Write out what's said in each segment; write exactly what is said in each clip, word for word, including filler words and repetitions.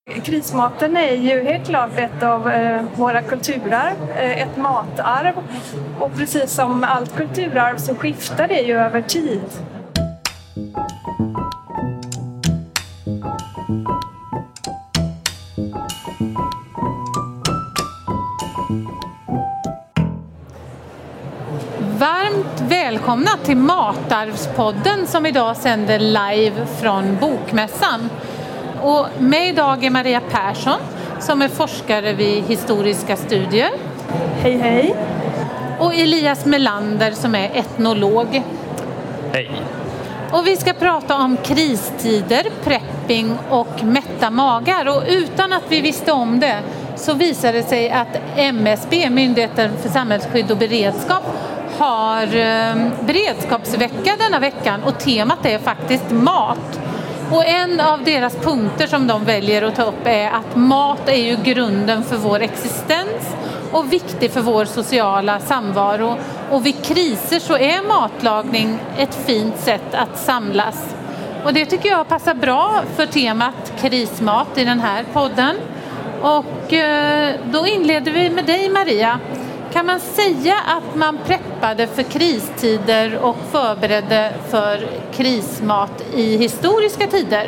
Krismaten är ju helt klart ett av eh, våra kulturarv, eh, ett matarv. Och precis som allt kulturarv så skiftar det ju över tid. Varmt välkomna till Matarvspodden som idag sänder live från Bokmässan. Och med idag är Maria Persson som är forskare vid historiska studier. Hej hej! Och Elias Melander som är etnolog. Hej! Och vi ska prata om kristider, prepping och mätta magar. Och utan att vi visste om det så visade det sig att M S B, Myndigheten för samhällsskydd och beredskap, har eh, beredskapsvecka denna veckan och temat är faktiskt mat. Och en av deras punkter som de väljer att ta upp är att mat är ju grunden för vår existens och viktig för vår sociala samvaro. Och vid kriser så är matlagning ett fint sätt att samlas. Och det tycker jag passar bra för temat krismat i den här podden. Och eh, då inleder vi med dig, Maria. Kan man säga att man preppade för kristider och förberedde för krismat i historiska tider?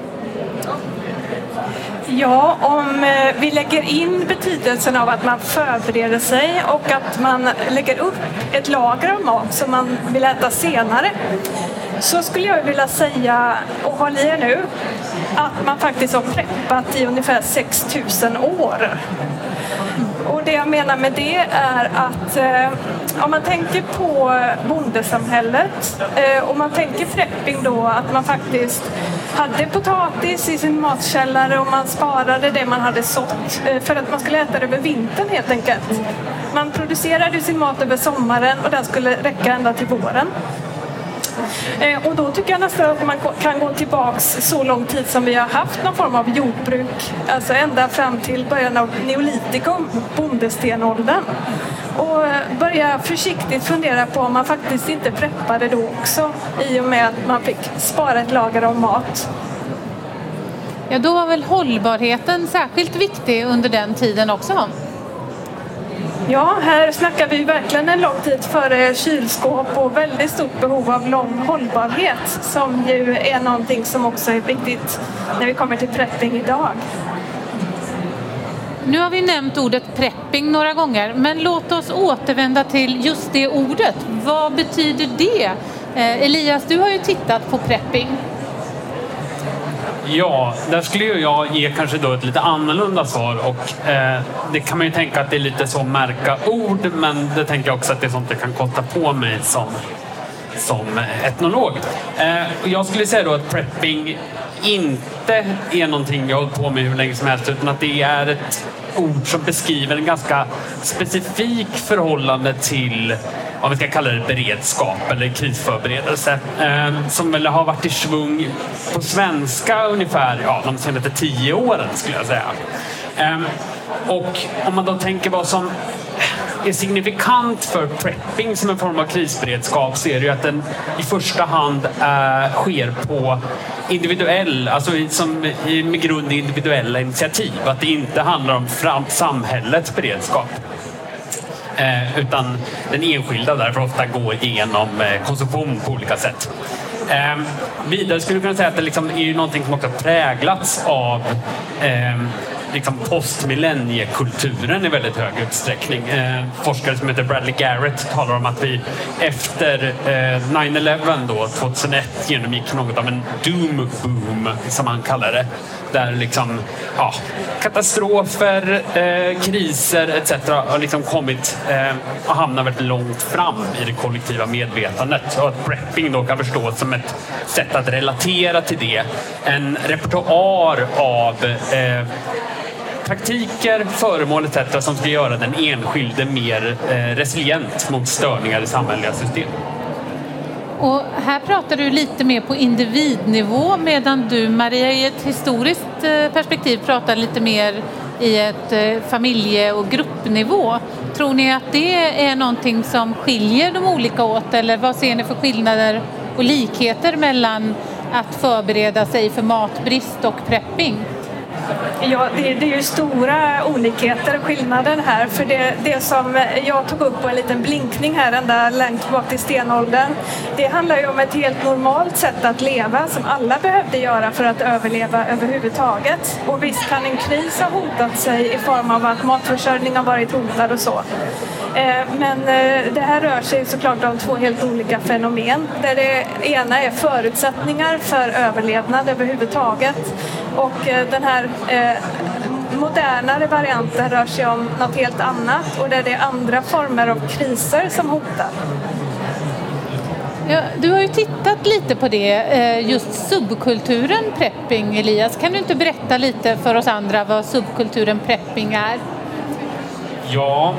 Ja, om vi lägger in betydelsen av att man förbereder sig och att man lägger upp ett lager av mat som man vill äta senare, så skulle jag vilja säga, och håll i er nu, att man faktiskt har preppat i ungefär sex tusen år. Och det jag menar med det är att eh, om man tänker på bondesamhället eh, och man tänker prepping då, att man faktiskt hade potatis i sin matkällare och man sparade det man hade sått eh, för att man skulle äta det över vintern helt enkelt. Man producerade sin mat över sommaren och den skulle räcka ända till våren. Eh, och då tycker jag nästan att man kan gå tillbaks så lång tid som vi har haft någon form av jordbruk. Alltså ända fram till början av neolitikum, bondestenåldern. Och börja försiktigt fundera på om man faktiskt inte preppade då också, i och med att man fick spara ett lager av mat. Ja, då var väl hållbarheten särskilt viktig under den tiden också? Ja, här snackar vi verkligen en lång tid före kylskåp och väldigt stort behov av lång hållbarhet, som ju är någonting som också är viktigt när vi kommer till prepping idag. Nu har vi nämnt ordet prepping några gånger, men låt oss återvända till just det ordet. Vad betyder det? Eh, Elias, du har ju tittat på prepping. Ja, där skulle jag ge kanske då ett lite annorlunda svar, och eh, det kan man ju tänka att det är lite så märka ord, men det tänker jag också att det är sånt jag kan kosta på mig som, som etnolog. Eh, och jag skulle säga då att prepping inte är någonting jag har hållit på med hur länge som helst, utan att det är ett ord som beskriver en ganska specifik förhållande till, om vi ska kalla det beredskap eller krisförberedelse, eh, som väl har varit i svung på svenska ungefär ja, de senaste tio åren skulle jag säga. Eh, och om man då tänker vad som är signifikant för prepping som en form av krisberedskap, så är det ju att den i första hand eh, sker på individuell, alltså som i, med grund i individuella initiativ. Att det inte handlar om fram, samhällets beredskap. Eh, utan den enskilda därför ofta går igenom eh, konsumtion på olika sätt. Eh, vidare skulle jag kunna säga att det liksom är ju någonting som också präglats av eh, liksom postmillenniekulturen i väldigt hög utsträckning. Eh, forskare som heter Bradley Garrett talar om att vi efter eh, nine eleven då, tjugohundraett genomgick något av en doom boom som man kallar det. Där liksom, ja, katastrofer, eh, kriser et cetera har liksom kommit eh, och hamnat väldigt långt fram i det kollektiva medvetandet. Och att prepping då kan förstås som ett sätt att relatera till det. En repertoar av eh, praktiker, föremål et cetera som ska göra den enskilde mer eh, resilient mot störningar i samhälleliga system. Och här pratar du lite mer på individnivå, medan du, Maria, i ett historiskt perspektiv pratar lite mer i ett familje- och gruppnivå. Tror ni att det är någonting som skiljer de olika åt, eller vad ser ni för skillnader och likheter mellan att förbereda sig för matbrist och prepping? Ja, det, det är ju stora olikheter och skillnader här. För det, det som jag tog upp på en liten blinkning här ända längst tillbaka till stenåldern, det handlar ju om ett helt normalt sätt att leva som alla behövde göra för att överleva överhuvudtaget. Och visst kan en kris ha hotat sig i form av att matförsörjning har varit hotad och så. Men det här rör sig såklart om två helt olika fenomen. Där det ena är förutsättningar för överlevnad överhuvudtaget. Och den här modernare varianten rör sig om något helt annat. Och där det är andra former av kriser som hotar. Ja, du har ju tittat lite på det, just subkulturen prepping, Elias. Kan du inte berätta lite för oss andra vad subkulturen prepping är? Ja,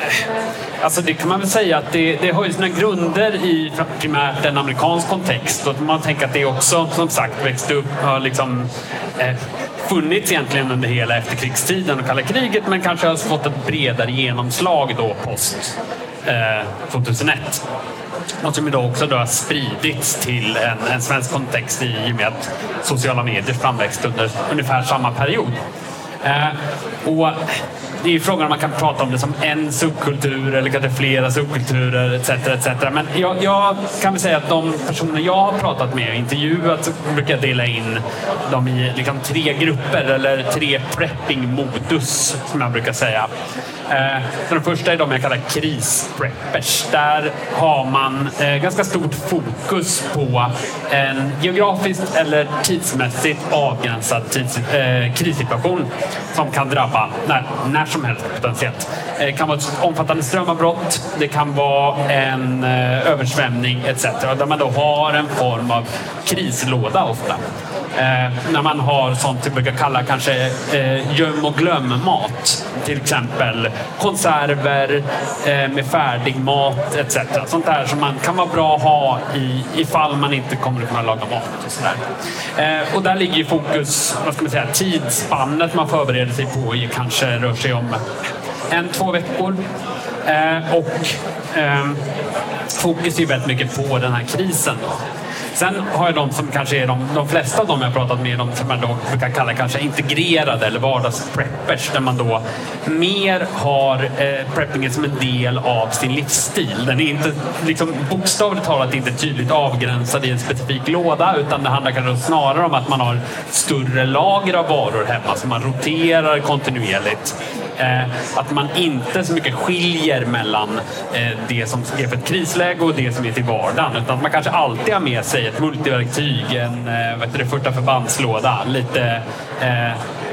alltså det kan man väl säga att det, det har ju sina grunder i primärt en amerikansk kontext. Och man tänker att det också, som sagt, växte upp, har liksom eh, funnits egentligen under hela efterkrigstiden och kalla kriget, men kanske har fått ett bredare genomslag då post eh, tjugohundraett. Något som idag också då har spridits till en, en svensk kontext i och med att sociala medier framväxt under ungefär samma period. Eh, och det är ju frågan om man kan prata om det som en subkultur eller kanske flera subkulturer et cetera et cetera. Men jag, jag kan väl säga att de personer jag har pratat med och intervjuat så brukar jag dela in dem i liksom tre grupper eller tre prepping-modus som jag brukar säga. Eh, den första är de jag kallar krispreppers. Där har man eh, ganska stort fokus på en geografiskt eller tidsmässigt avgränsad tids, eh, krissituation som kan drabba när, när som helst potentiellt. Det kan vara ett omfattande strömavbrott, det kan vara en eh, översvämning et cetera. Där man då har en form av krislåda ofta. Eh, när man har sånt vi brukar kalla kanske eh, göm- och glömmat. Till exempel konserver eh, med färdig mat et cetera. Sånt där som man kan vara bra att ha i, ifall man inte kommer att kunna laga mat och sådär. Eh, och där ligger ju fokus, vad ska man säga, tidsspannet man förbereder sig på i kanske rör sig om en, två veckor. Eh, och eh, fokus är ju väldigt mycket på den här krisen då. Sen har jag de som kanske är de, de flesta av dem jag har pratat med, de som man då brukar kalla kanske integrerade eller vardagspreppers, där man då mer har eh, preppingen som en del av sin livsstil. Den är inte liksom bokstavligt talat inte tydligt avgränsad i en specifik låda, utan det handlar kanske snarare om att man har större lager av varor hemma som man roterar kontinuerligt. Eh, att man inte så mycket skiljer mellan eh, det som är för ett krisläge och det som är till vardagen, utan att man kanske alltid har med sig ett multiverktyg, en eh, vet du, första förbandslåda, lite eh,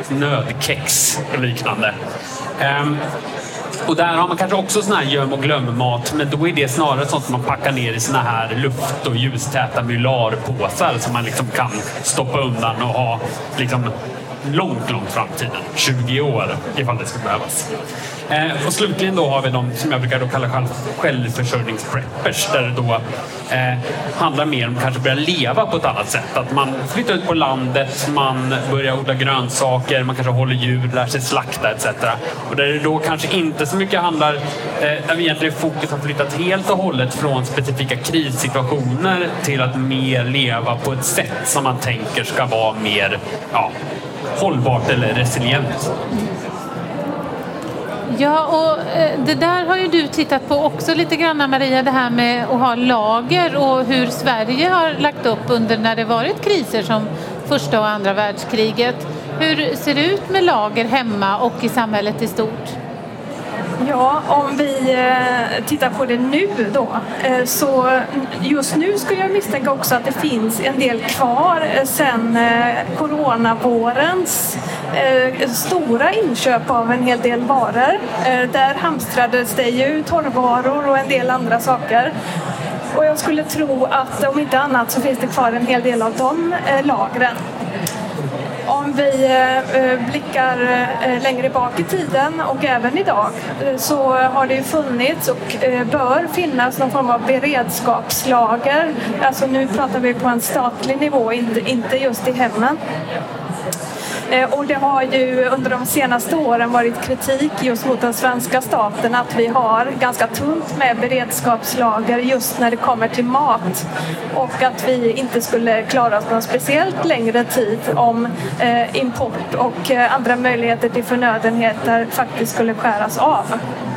nödkex och liknande. Eh, och där har man kanske också sån här göm- och glömmat, men då är det snarare sånt som man packar ner i såna här luft- och ljustäta mylarpåsar som man liksom kan stoppa undan och ha liksom långt, långt framtiden. tjugo år ifall det ska behövas. Eh, och slutligen då har vi de som jag brukar då kalla själv, självförsörjningspreppers, där det då eh, handlar mer om att kanske börja leva på ett annat sätt. Att man flyttar ut på landet, man börjar odla grönsaker, man kanske håller djur, lär sig slakta et cetera. Och där det då kanske inte så mycket handlar, eh, där vi egentligen fokus har flyttat helt och hållet från specifika krissituationer till att mer leva på ett sätt som man tänker ska vara mer, ja, hållbart eller resilient. Ja, och det där har ju du tittat på också lite grann, Maria, det här med att ha lager och hur Sverige har lagt upp under när det varit kriser som första och andra världskriget. Hur ser det ut med lager hemma och i samhället i stort? Ja, om vi tittar på det nu då, så just nu skulle jag misstänka också att det finns en del kvar sen coronavårens stora inköp av en hel del varor. Där hamstrades det ju torrvaror och en del andra saker. Och jag skulle tro att om inte annat så finns det kvar en hel del av de lagren. Om vi eh, blickar eh, längre bak i tiden och även idag eh, så har det ju funnits och eh, bör finnas någon form av beredskapslager. Alltså nu pratar vi på en statlig nivå, inte, inte just i hemmen. Och det har ju under de senaste åren varit kritik just mot den svenska staten att vi har ganska tunt med beredskapslager just när det kommer till mat och att vi inte skulle klara oss någon speciellt längre tid om import och andra möjligheter till förnödenheter faktiskt skulle skäras av.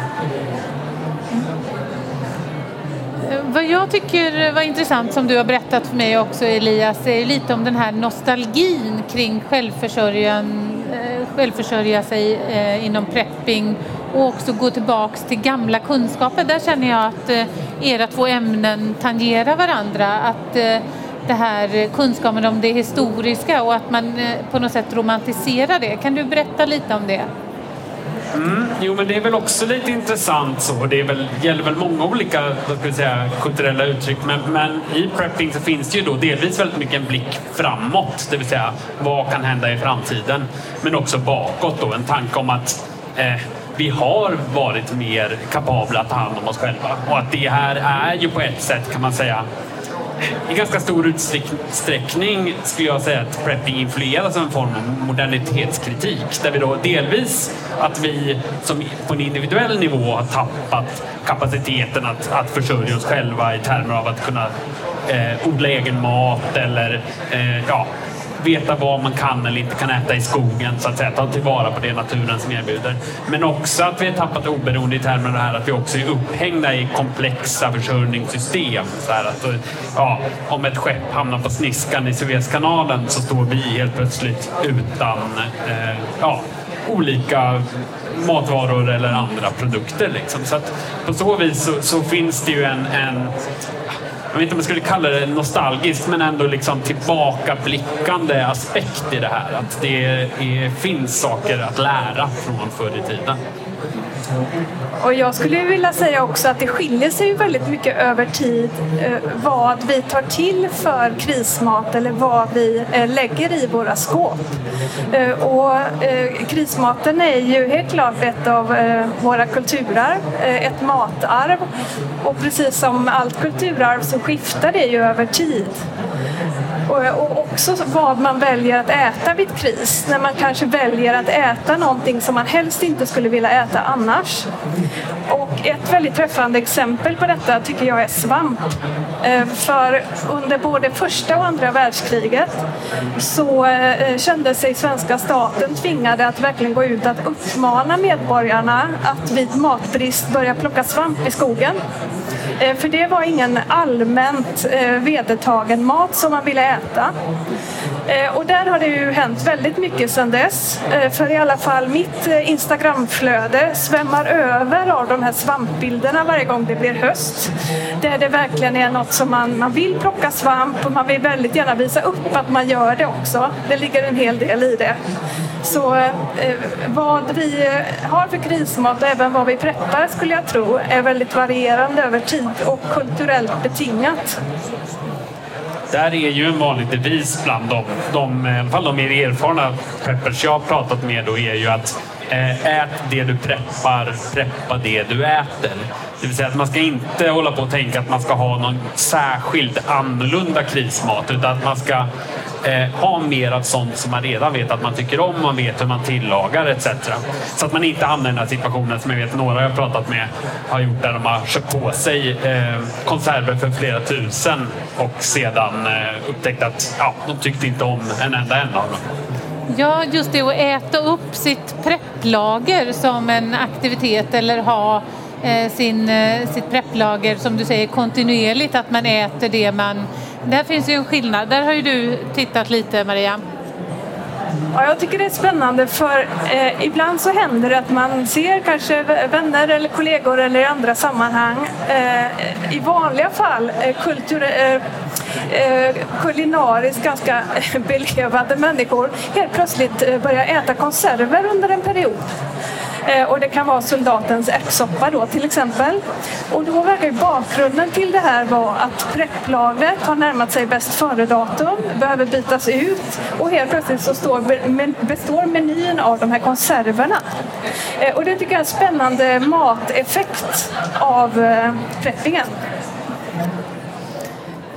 Vad jag tycker var intressant som du har berättat för mig också, Elias, är lite om den här nostalgin kring självförsörjan, självförsörja sig inom prepping och också gå tillbaks till gamla kunskaper. Där känner jag att era två ämnen tangerar varandra. Att det här kunskapen om det historiska och att man på något sätt romantiserar det. Kan du berätta lite om det? Mm, jo, men det är väl också lite intressant så. Det är väl, gäller väl många olika vad ska jag säga, kulturella uttryck. Men, men i prepping så finns det ju då delvis väldigt mycket en blick framåt. Det vill säga, vad kan hända i framtiden? Men också bakåt då, en tanke om att eh, vi har varit mer kapabla att ta hand om oss själva. Och att det här är ju på ett sätt, kan man säga, i ganska stor utsträckning skulle jag säga att prepping influeras av en form av modernitetskritik. Där vi då delvis att vi som på en individuell nivå har tappat kapaciteten att, att försörja oss själva i termer av att kunna eh, odla egen mat eller eh, ja, veta vad man kan eller inte kan äta i skogen, så att säga, ta tillvara på det naturen som erbjuder. Men också att vi har tappat oberoende i termer av det här att vi också är upphängda i komplexa försörjningssystem. Så här att, ja, om ett skepp hamnar på sniskan i Suezkanalen så står vi helt plötsligt utan eh, ja, olika matvaror eller andra produkter. Liksom. Så att på så vis så, så finns det ju en, en jag vet inte om man skulle kalla det nostalgiskt, men ändå liksom tillbakablickande aspekt i det här. Att det är, finns saker att lära från förr i tiden. Och jag skulle vilja säga också att det skiljer sig väldigt mycket över tid eh, vad vi tar till för krismat eller vad vi eh, lägger i våra skåp. Eh, och eh, krismaten är ju helt klart ett av eh, våra kulturarv, eh, ett matarv. Och precis som allt kulturarv så skiftar det ju över tid. Och också vad man väljer att äta vid kris. När man kanske väljer att äta någonting som man helst inte skulle vilja äta annars. Och ett väldigt träffande exempel på detta tycker jag är svamp. För under både första och andra världskriget så kände sig svenska staten tvingade att verkligen gå ut att uppmana medborgarna att vid matbrist börja plocka svamp i skogen. För det var ingen allmänt vedertagen mat som man ville äta. Och där har det ju hänt väldigt mycket sedan dess. För i alla fall mitt Instagramflöde svämmar över av de här svampbilderna varje gång det blir höst. Där det verkligen är något som man, man vill plocka svamp och man vill väldigt gärna visa upp att man gör det också. Det ligger en hel del i det. Så eh, vad vi har för krismat och även vad vi preppar skulle jag tro är väldigt varierande över tid och kulturellt betingat. Där är ju en vanlig devis bland dem, de, i alla fall de mer erfarna preppers jag har pratat med då, är ju att eh, ät det du preppar, preppa det du äter. Det vill säga att man ska inte hålla på och tänka att man ska ha någon särskild annorlunda krismat, utan att man ska eh, ha mer av sånt som man redan vet att man tycker om, man vet hur man tillagar et cetera. Så att man inte hamnar i den här situationen som jag vet några jag har pratat med har gjort, där de har köpt på sig eh, konserver för flera tusen och sedan eh, upptäckt att ja, de tyckte inte om en enda en av dem. Ja, just det, att äta upp sitt prepplager som en aktivitet eller ha eh, sin, eh, sitt prepplager som du säger kontinuerligt, att man äter det man... Där finns ju en skillnad. Där har ju du tittat lite, Maria. Ja, jag tycker det är spännande för eh, ibland så händer det att man ser kanske vänner eller kollegor eller i andra sammanhang eh, i vanliga fall eh, kultur, eh, eh, kulinariskt ganska belevade människor helt plötsligt eh, börjar äta konserver under en period. Och det kan vara soldatens ärtsoppa då till exempel. Och då verkar ju bakgrunden till det här vara att prepplagret har närmat sig bäst före-datum, behöver bytas ut och helt plötsligt så står, består menyn av de här konserverna. Och det tycker jag är en spännande mateffekt av preppingen.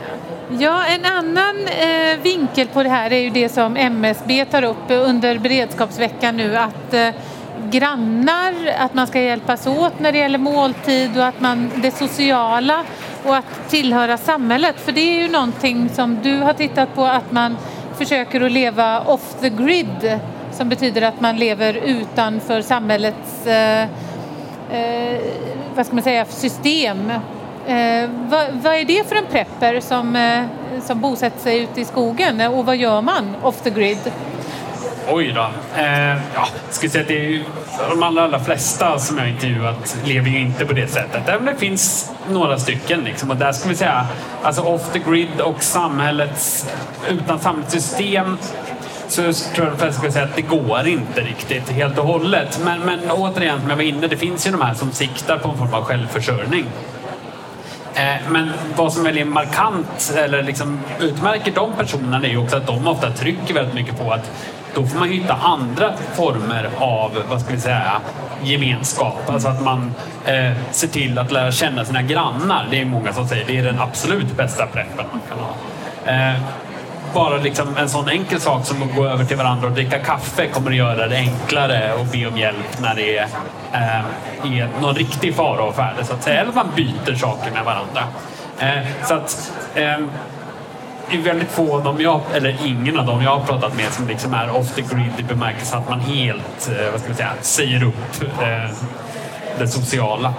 Ja, en annan eh, vinkel på det här är ju det som M S B tar upp under beredskapsveckan nu, att eh, grannar, att man ska hjälpas åt när det gäller måltid och att man, det sociala och att tillhöra samhället. För det är ju någonting som du har tittat på, att man försöker att leva off the grid, som betyder att man lever utanför samhällets eh, eh, vad ska man säga, system. Eh, vad, vad är det för en prepper som, eh, som bosätter sig ute i skogen, och vad gör man off the grid? Oj då. Eh, ja, ska säga att det är ju, de allra, allra flesta som jag har intervjuat lever ju inte på det sättet. Även det finns några stycken liksom, och där ska vi säga, alltså off the grid och samhällets, utan samhällssystem, så tror jag att jag säga att det går inte riktigt helt och hållet. Men, men återigen, som jag var inne, det finns ju de här som siktar på en form av självförsörjning. Men vad som är markant eller liksom utmärker de personerna är ju också att de ofta trycker väldigt mycket på att då får man hitta andra former av, vad ska vi säga, gemenskap. Alltså att man eh, ser till att lära känna sina grannar. Det är många som säger det är den absolut bästa preppen man kan ha. Eh, bara liksom en sån enkel sak som att gå över till varandra och dricka kaffe kommer att göra det enklare att be om hjälp när det är, eh, är någon riktig fara och färde, så att säga. Eller man byter saker med varandra. Eh, så att eh, det är väldigt få av dem jag, eller ingen av dem jag har pratat med som liksom är off the grid i bemärkelsen att man helt, eh, vad ska man säga, säger upp eh, det sociala.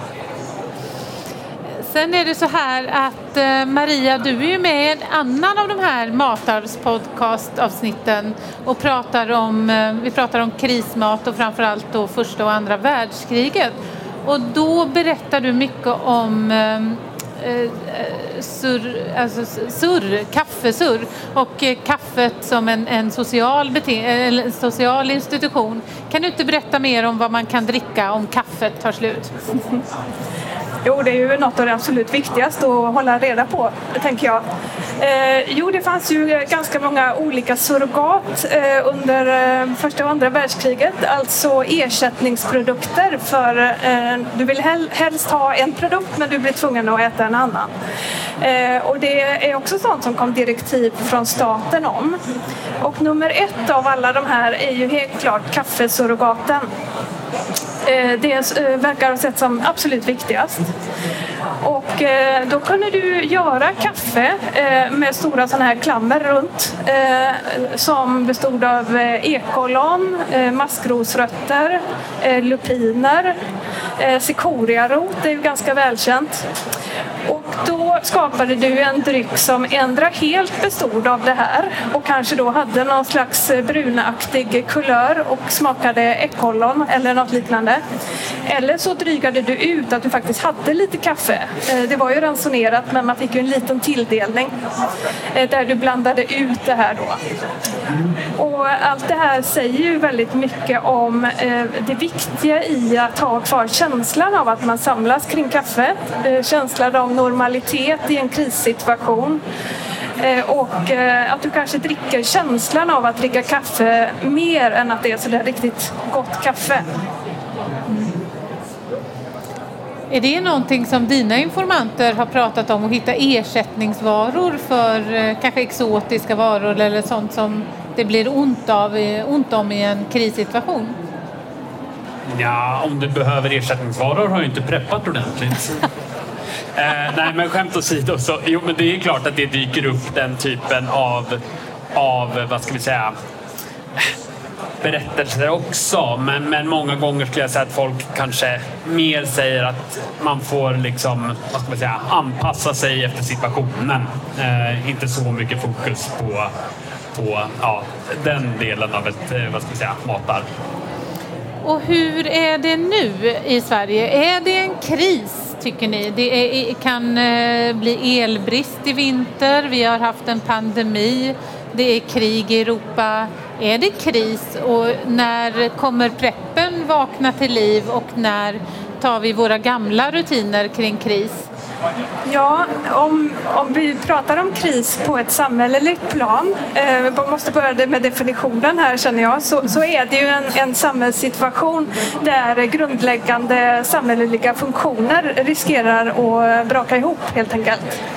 Sen är det så här att eh, Maria, du är ju med i en annan av de här Matarvs podcast-avsnitten och pratar om, eh, vi pratar om krismat och framförallt då första och andra världskriget. Och då berättar du mycket om eh, eh, surr, alltså surr, kaffesurr och eh, kaffet som en, en social, bete- eller social institution. Kan du inte berätta mer om vad man kan dricka om kaffet tar slut? Jo, det är ju något av det absolut viktigaste att hålla reda på, tänker jag. Eh, jo, det fanns ju ganska många olika surrogat eh, under eh, första och andra världskriget. Alltså ersättningsprodukter för eh, du vill hel- helst ha en produkt men du blir tvungen att äta en annan. Eh, och det är också sånt som kom direktiv från staten om. Och nummer ett av alla de här är ju helt klart kaffesurrogaten. Det verkar ha sett som absolut viktigast. Och då kunde du göra kaffe med stora sådana här klammer runt som bestod av ekollon, maskrosrötter, lupiner, cikoriarot, det är ju ganska välkänt. Och då skapade du en dryck som ändra helt bestod av det här och kanske då hade någon slags brunaktig kulör och smakade ekollon eller något liknande. Eller så drygade du ut att du faktiskt hade lite kaffe. Det var ju ransonerat men man fick ju en liten tilldelning där du blandade ut det här då. Och allt det här säger ju väldigt mycket om det viktiga i att ha kvar känslan av att man samlas kring kaffet. Känslan av normalitet i en krissituation. Och att du kanske dricker känslan av att dricka kaffe mer än att det är sådär riktigt gott kaffe. Är det någonting som dina informanter har pratat om, att hitta ersättningsvaror för kanske exotiska varor eller sånt som det blir ont, av, ont om i en krissituation? Ja, om du behöver ersättningsvaror har jag inte preppat ordentligt. eh, nej, men skämt åsido så, jo, men det är klart att det dyker upp den typen av, av vad ska vi säga, berättelser också, men, men många gånger skulle jag säga att folk kanske mer säger att man får liksom, vad ska man säga, anpassa sig efter situationen. Eh, inte så mycket fokus på, på ja, den delen av ett, vad ska man säga, matar. Och hur är det nu i Sverige? Är det en kris, tycker ni? Det är, kan eh, bli elbrist i vinter, vi har haft en pandemi, det är krig i Europa. Är det kris, och när kommer preppen vakna till liv och när tar vi våra gamla rutiner kring kris? Ja, om, om vi pratar om kris på ett samhälleligt plan, eh, vi måste börja med definitionen här känner jag, så, så är det ju en, en samhällssituation där grundläggande samhälleliga funktioner riskerar att braka ihop helt enkelt.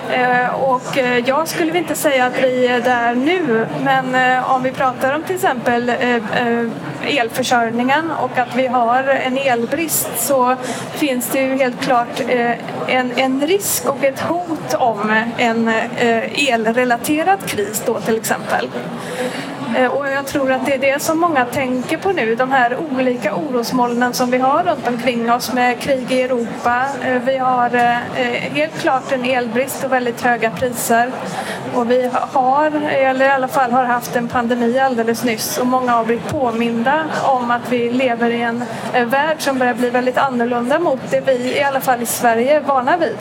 Och jag skulle inte säga att vi är där nu, men om vi pratar om till exempel elförsörjningen och att vi har en elbrist, så finns det ju helt klart en, en risk och ett hot om en elrelaterad kris då till exempel. Och jag tror att det är det som många tänker på nu, de här olika orosmolnen som vi har runt omkring oss med krig i Europa. Vi har helt klart en elbrist och väldigt höga priser. Och vi har, eller i alla fall har haft en pandemi alldeles nyss, och många har blivit påminda om att vi lever i en värld som börjar bli väldigt annorlunda mot det vi i alla fall i Sverige är vana vid.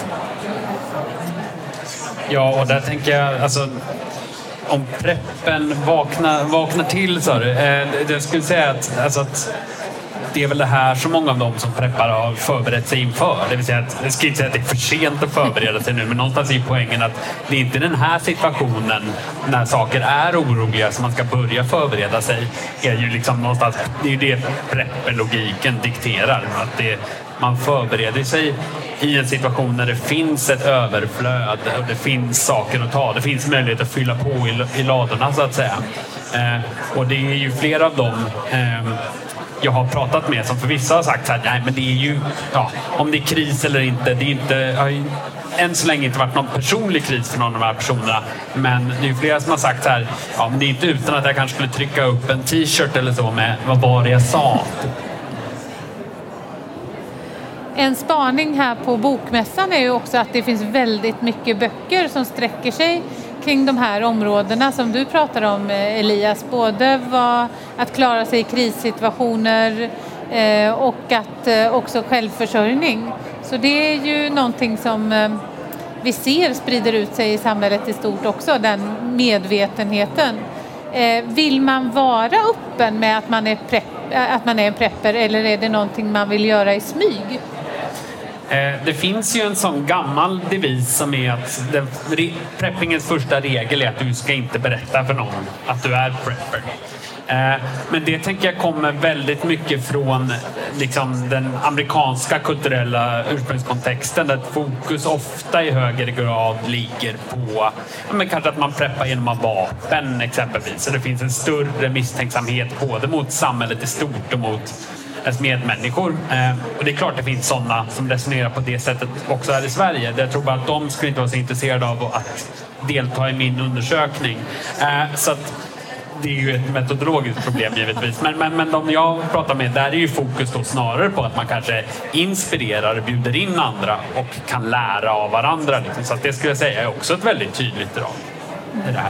Ja, och där tänker jag, alltså om preppen vaknar, vaknar till så eh, jag skulle säga att, alltså att det är väl det här som många av dem som preppar har förberett sig inför. Det vill säga att, jag ska inte säga att det är för sent att förbereda sig nu, men någonstans är poängen att det är inte den här situationen när saker är oroliga som man ska börja förbereda sig. Det är ju liksom någonstans, det är ju det preppelogiken dikterar. Att det, man förbereder sig i en situation när det finns ett överflöd och det finns saker att ta. Det finns möjlighet att fylla på i, i ladorna så att säga. Eh, och det är ju flera av dem eh, jag har pratat med som för vissa har sagt så här, nej men det är ju, ja, om det är kris eller inte, det är inte, har ju än så länge inte varit någon personlig kris för någon av de här personerna, men det är ju flera som har sagt så här, ja men det är inte utan att jag kanske skulle trycka upp en t-shirt eller så med vad var det jag sa. En spaning här på Bokmässan är ju också att det finns väldigt mycket böcker som sträcker sig kring de här områdena som du pratar om, Elias. Både vad, att klara sig i krissituationer eh, och att eh, också självförsörjning. Så det är ju någonting som eh, vi ser sprider ut sig i samhället i stort också, den medvetenheten. Eh, vill man vara öppen med att man är prepp, att man är en prepper, eller är det någonting man vill göra i smyg? Det finns ju en sån gammal devis som är att den, preppingens första regel är att du ska inte berätta för någon att du är prepper. Men det tänker jag kommer väldigt mycket från liksom, den amerikanska kulturella ursprungskontexten, där fokus ofta i högre grad ligger på men kanske att man preppar genom att vapen exempelvis. Så det finns en större misstänksamhet både mot samhället i stort och mot ens medmänniskor. Eh, och det är klart det finns sådana som resonerar på det sättet också här i Sverige. Jag tror bara att de skulle inte vara så intresserade av att delta i min undersökning. Eh, så att det är ju ett metodologiskt problem givetvis. Men, men, men de jag pratar med, där är ju fokus då snarare på att man kanske inspirerar och bjuder in andra och kan lära av varandra. Liksom. Så att det skulle jag säga är också ett väldigt tydligt drag i det här.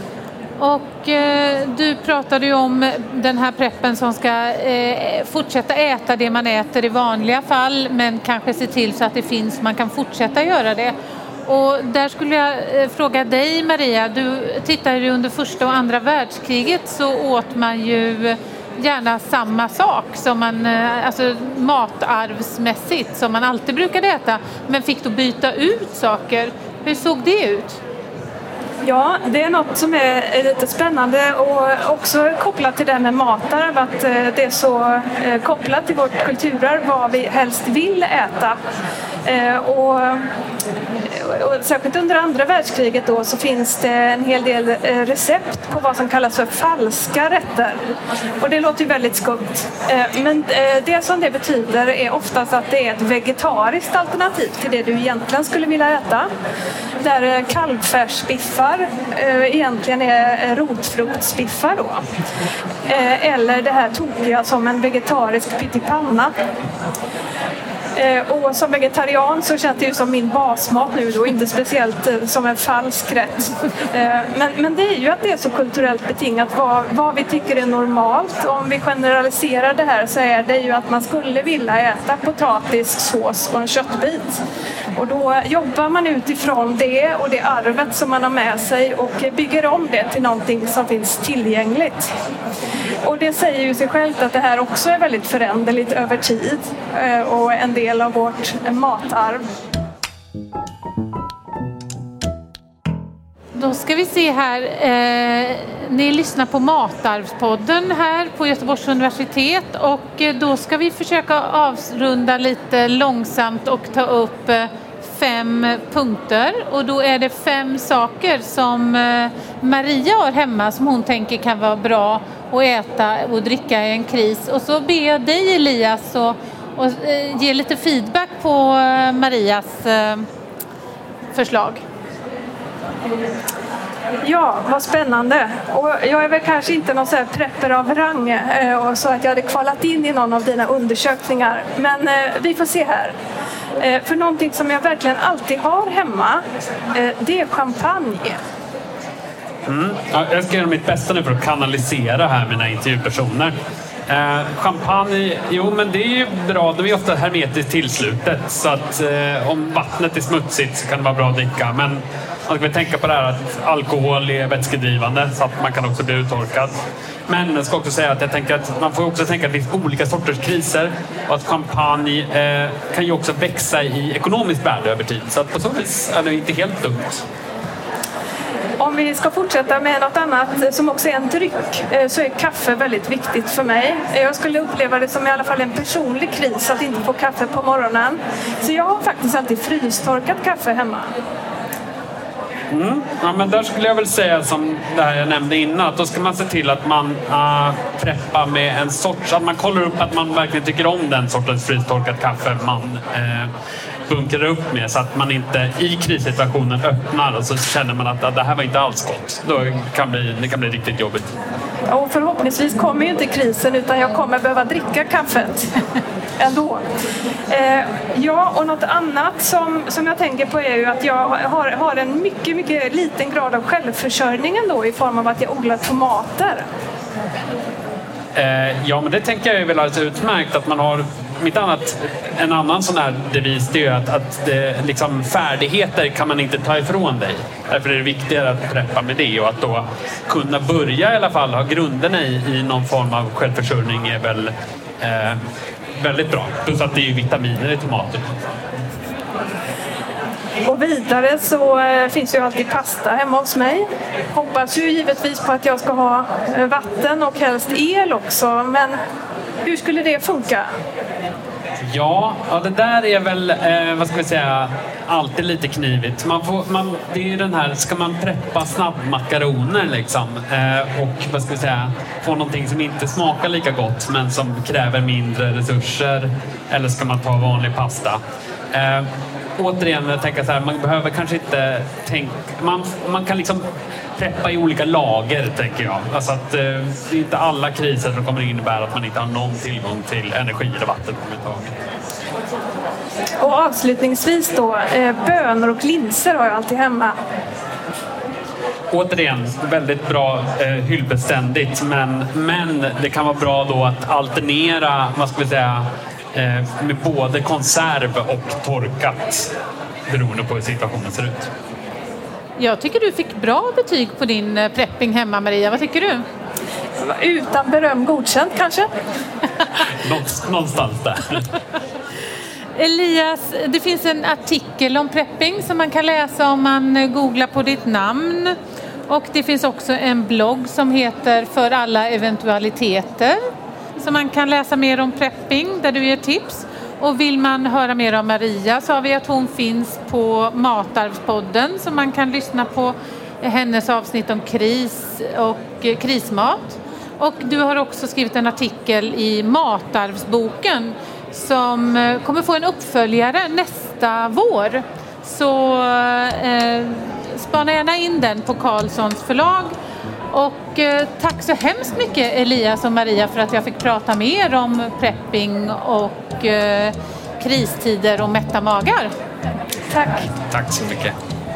Och eh, du pratade ju om den här preppen som ska eh, fortsätta äta det man äter i vanliga fall, men kanske se till så att det finns, man kan fortsätta göra det. Och där skulle jag eh, fråga dig, Maria, du tittade ju under första och andra världskriget, så åt man ju gärna samma sak som man, eh, alltså matarvsmässigt som man alltid brukade äta, men fick då byta ut saker. Hur såg det ut? Ja, det är något som är lite spännande och också kopplat till det med matarv, att det är så kopplat till vårt kulturarv vad vi helst vill äta. Och, och särskilt under andra världskriget då så finns det en hel del recept på vad som kallas för falska rätter. Och det låter ju väldigt skumt. Men det som det betyder är oftast att det är ett vegetariskt alternativ till det du egentligen skulle vilja äta. Där kalvfärsbiffar egentligen är rotfruktsbiffar då. Eller det här tokiga som en vegetarisk pyttipanna. Och som vegetarian så känns det ju som min basmat nu då, inte speciellt som en falsk rätt. Men, men det är ju att det är så kulturellt betingat vad, vad vi tycker är normalt. Om vi generaliserar det här så är det ju att man skulle vilja äta potatis, sås och en köttbit. Och då jobbar man utifrån det och det arvet som man har med sig och bygger om det till någonting som finns tillgängligt. Och det säger ju sig självt att det här också är väldigt föränderligt över tid och en del av vårt matarv. Då ska vi se här, eh, ni lyssnar på Matarvspodden här på Göteborgs universitet, och eh, då ska vi försöka avrunda lite långsamt och ta upp eh, fem punkter och då är det fem saker som Maria har hemma som hon tänker kan vara bra att äta och dricka i en kris. Och så ber jag dig, Elias, och, och ge lite feedback på Marias förslag. Ja, vad spännande. Och jag är väl kanske inte någon så här prepper av rang eh, och så att jag hade kvalat in i någon av dina undersökningar. Men eh, vi får se här. Eh, för någonting som jag verkligen alltid har hemma, eh, det är champagne. Mm. Ja, jag ska göra mitt bästa nu för att kanalisera här mina intervjupersoner. Eh, champagne, jo men det är ju bra, det är ofta hermetiskt tillslutet så att eh, om vattnet är smutsigt så kan det vara bra att dricka, men man ska tänka på det här att alkohol är vätskedrivande så att man kan också bli uttorkad. Men jag ska också säga att jag tänker att man får också tänka att det finns olika sorters kriser och att champagne eh, kan ju också växa i ekonomiskt värde över tid, så att på så vis är det inte helt dumt. Om vi ska fortsätta med något annat som också är en dryck så är kaffe väldigt viktigt för mig. Jag skulle uppleva det som i alla fall en personlig kris att inte få kaffe på morgonen. Så jag har faktiskt alltid frystorkat kaffe hemma. Mm. Ja, men där skulle jag väl säga som det här jag nämnde innan, att då ska man se till att man uh, preppar med en sorts, att man kollar upp att man verkligen tycker om den sortens frystorkat kaffe man uh, bunkrar upp med, så att man inte i krissituationen öppnar och så känner man att, att det här var inte alls gott. Då kan bli, det kan bli riktigt jobbigt. Och förhoppningsvis kommer ju inte krisen utan jag kommer behöva dricka kaffet ändå. Eh, ja, och något annat som, som jag tänker på är ju att jag har, har en mycket, mycket liten grad av självförsörjning ändå i form av att jag odlar tomater. Eh, ja, men det tänker jag är väl alldeles utmärkt att man har. Mitt annat, en annan sån här devis det är att, att det, liksom, färdigheter kan man inte ta ifrån dig. Därför är det viktigare att preppa med det och att då kunna börja i alla fall ha grunderna i, i någon form av självförsörjning är väl eh, väldigt bra. Plus att det är ju vitaminer i tomater. Och vidare så eh, finns ju alltid pasta hemma hos mig. Hoppas ju givetvis på att jag ska ha eh, vatten och helst el också. Men hur skulle det funka? Ja, ja det där är väl, eh, vad ska vi säga, alltid lite knivigt. Man får, man, det är ju den här, ska man preppa snabbmakaroner liksom eh, och vad ska vi säga, få någonting som inte smakar lika gott men som kräver mindre resurser, eller ska man ta vanlig pasta? Eh, återigen, jag tänker så här, man behöver kanske inte tänka, man, man kan liksom preppa i olika lager, tänker jag. Alltså att eh, det är inte alla kriser som kommer innebära att man inte har någon tillgång till energi eller vatten överhuvudtaget. Och avslutningsvis då, eh, bönor och linser har jag alltid hemma. Återigen, väldigt bra eh, hyllbeständigt, men, men det kan vara bra då att alternera, vad ska vi säga, eh, med både konserv och torkat beroende på hur situationen ser ut. Jag tycker du fick bra betyg på din prepping hemma, Maria. Vad tycker du? Utan beröm godkänt kanske? Någonstans där. Elias, det finns en artikel om prepping som man kan läsa om man googlar på ditt namn. Och det finns också en blogg som heter För alla eventualiteter. Så man kan läsa mer om prepping där du ger tips. Och vill man höra mer om Maria så har vi att hon finns på Matarvspodden, så man kan lyssna på hennes avsnitt om kris och krismat. Och du har också skrivit en artikel i Matarvsboken som kommer få en uppföljare nästa vår. Så eh, spana gärna in den på Carlssons förlag. Och eh, tack så hemskt mycket Elias och Maria för att jag fick prata med er om prepping och eh, kristider och mätta magar. Tack. Tack så mycket.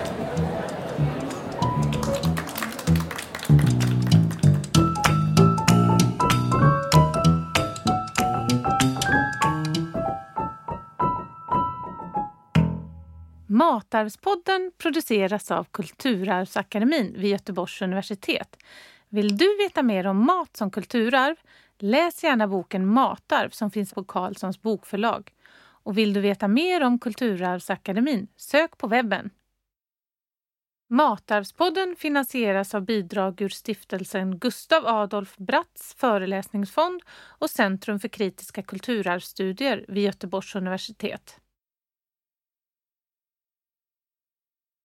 Matarvspodden produceras av Kulturarvsakademin vid Göteborgs universitet. Vill du veta mer om mat som kulturarv? Läs gärna boken Matarv som finns på Carlssons bokförlag. Och vill du veta mer om Kulturarvsakademin? Sök på webben. Matarvspodden finansieras av bidrag ur stiftelsen Gustav Adolf Bratts föreläsningsfond och Centrum för kritiska kulturarvsstudier vid Göteborgs universitet.